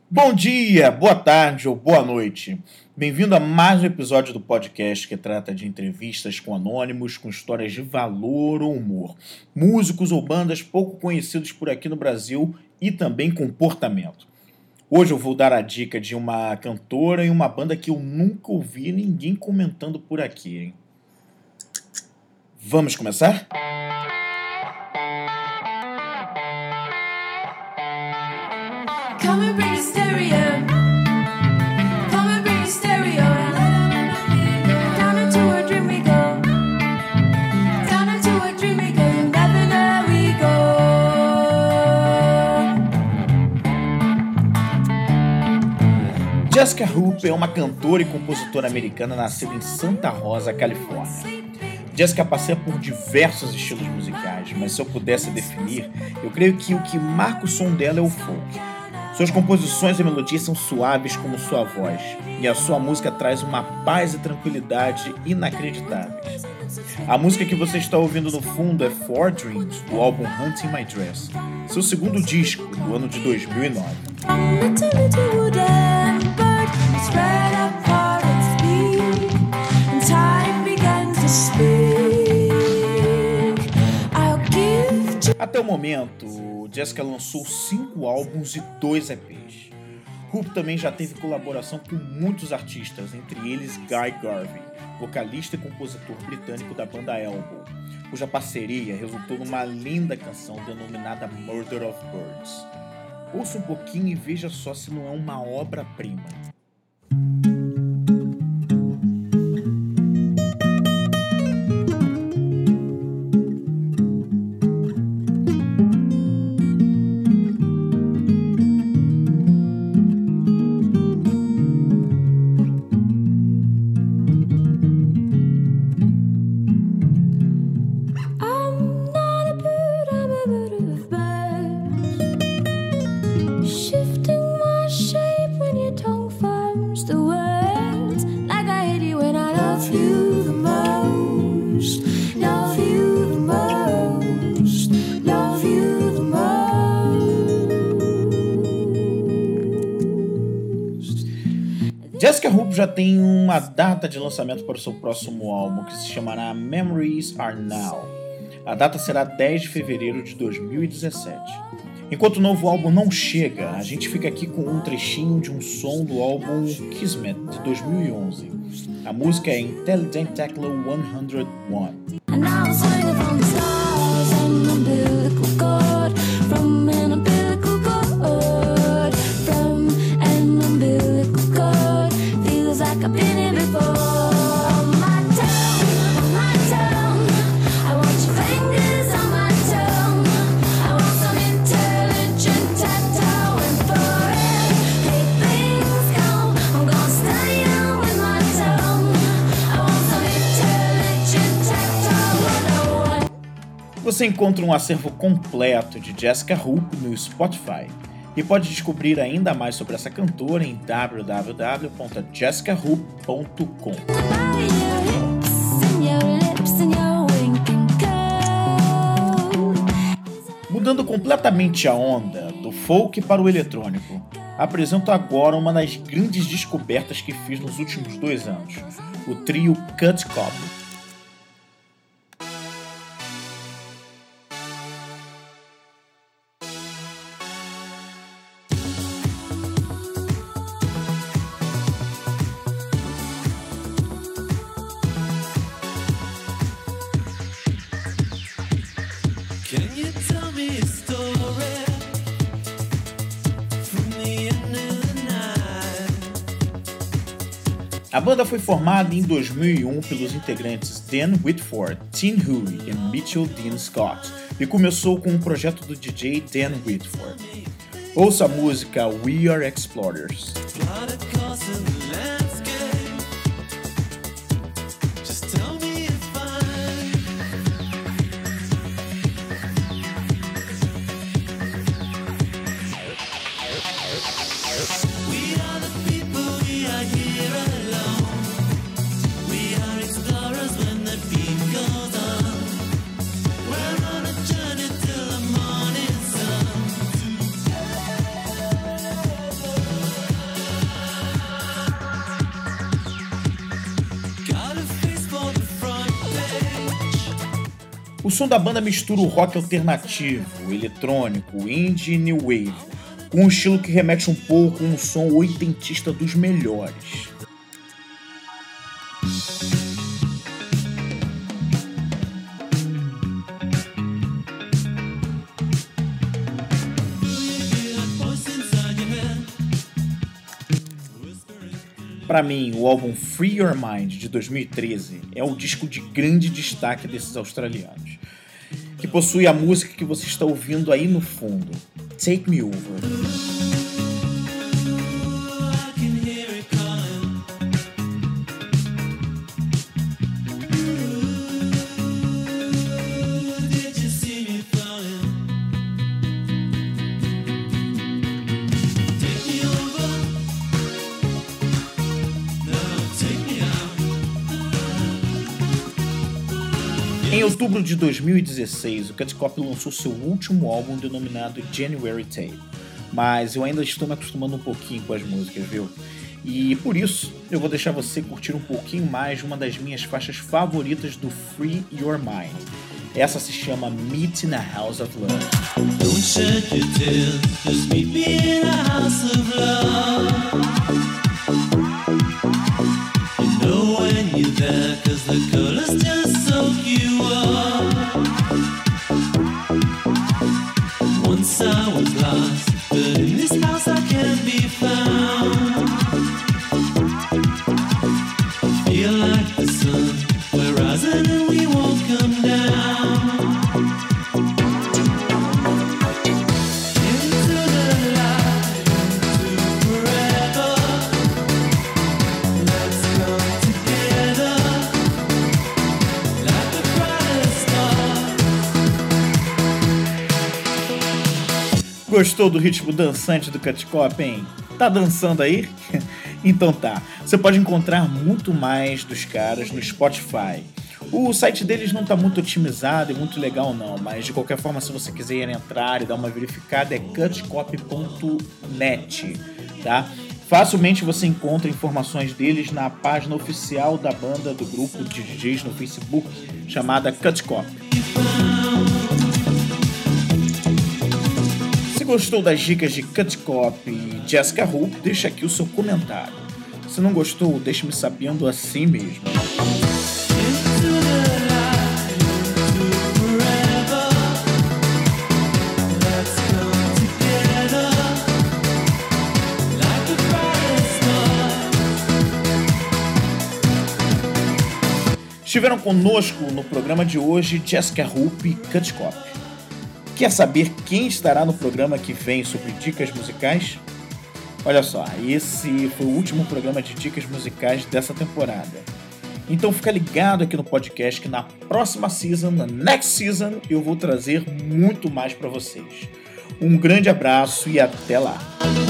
Bom dia, boa tarde ou boa noite. Bem-vindo a mais um episódio do podcast que trata de entrevistas com anônimos, com histórias de valor ou humor, músicos ou bandas pouco conhecidos por aqui no Brasil e também comportamento. Hoje eu vou dar a dica de uma cantora e uma banda que eu nunca ouvi ninguém comentando por aqui, hein? Vamos começar? Come and bring a stereo. Come and bring a stereo. Down into a dream we go. Down into a dream we go. And there we go. Jessica Hoop é uma cantora e compositora americana nascida em Santa Rosa, Califórnia. Jessica passeia por diversos estilos musicais, mas se eu pudesse definir, eu creio que o que marca o som dela é o folk. Suas composições e melodias são suaves como sua voz, e a sua música traz uma paz e tranquilidade inacreditáveis. A música que você está ouvindo no fundo é Four Dreams, do álbum Hunting My Dress, seu segundo disco, do ano de 2009. Até o momento, Jessica lançou 5 álbuns e 2 EPs. Hoop também já teve colaboração com muitos artistas, entre eles Guy Garvey, vocalista e compositor britânico da banda Elbow, cuja parceria resultou numa linda canção denominada Murder of Birds. Ouça um pouquinho e veja só se não é uma obra-prima. Jessica Hoop já tem uma data de lançamento para o seu próximo álbum, que se chamará Memories Are Now. A data será 10 de fevereiro de 2017. Enquanto o novo álbum não chega, a gente fica aqui com um trechinho de um som do álbum Kismet, de 2011. A música é Intelligentecla 101. Você encontra um acervo completo de Jessica Hoop no Spotify e pode descobrir ainda mais sobre essa cantora em www.jessicahoop.com. Mudando completamente a onda do folk para o eletrônico, apresento agora uma das grandes descobertas que fiz nos últimos 2 anos, o trio Cut Cop. A banda foi formada em 2001 pelos integrantes Dan Whitford, Tim Huey e Mitchell Dean Scott e começou com um projeto do DJ Dan Whitford. Ouça a música We Are Explorers. O som da banda mistura o rock alternativo, eletrônico, indie e new wave, com um estilo que remete um pouco a um som oitentista dos melhores. Para mim, o álbum Free Your Mind, de 2013, é o disco de grande destaque desses australianos, que possui a música que você está ouvindo aí no fundo, Take Me Over. Em outubro de 2016, o Cut Copy lançou seu último álbum denominado January Tape, mas eu ainda estou me acostumando um pouquinho com as músicas, viu? E por isso, eu vou deixar você curtir um pouquinho mais de uma das minhas faixas favoritas do Free Your Mind. Essa se chama Meet in a House of Love. Don't shed your tears, just meet me in a house of love. You know when you're there, 'cause the colors just soak you up. Once I was lost, but in this house I can't be found. Feel like the sun, we're rising and we won't come down. Gostou do ritmo dançante do Cut Copy, hein? Tá dançando aí? Então tá, você pode encontrar muito mais dos caras no Spotify. O site deles não tá muito otimizado e muito legal não, mas de qualquer forma, se você quiser entrar e dar uma verificada, é cutcopy.net, tá? Facilmente você encontra informações deles na página oficial da banda do grupo de DJs no Facebook, chamada Cut Copy. Se gostou das dicas de Cut Copy e Jessica Hope, deixa aqui o seu comentário. Se não gostou, deixe-me sabendo assim mesmo. Estiveram conosco no programa de hoje Jessica Hope e Cut Copy. Quer saber quem estará no programa que vem sobre dicas musicais? Olha só, esse foi o último programa de dicas musicais dessa temporada. Então fica ligado aqui no podcast que na próxima season, na next season, eu vou trazer muito mais para vocês. Um grande abraço e até lá!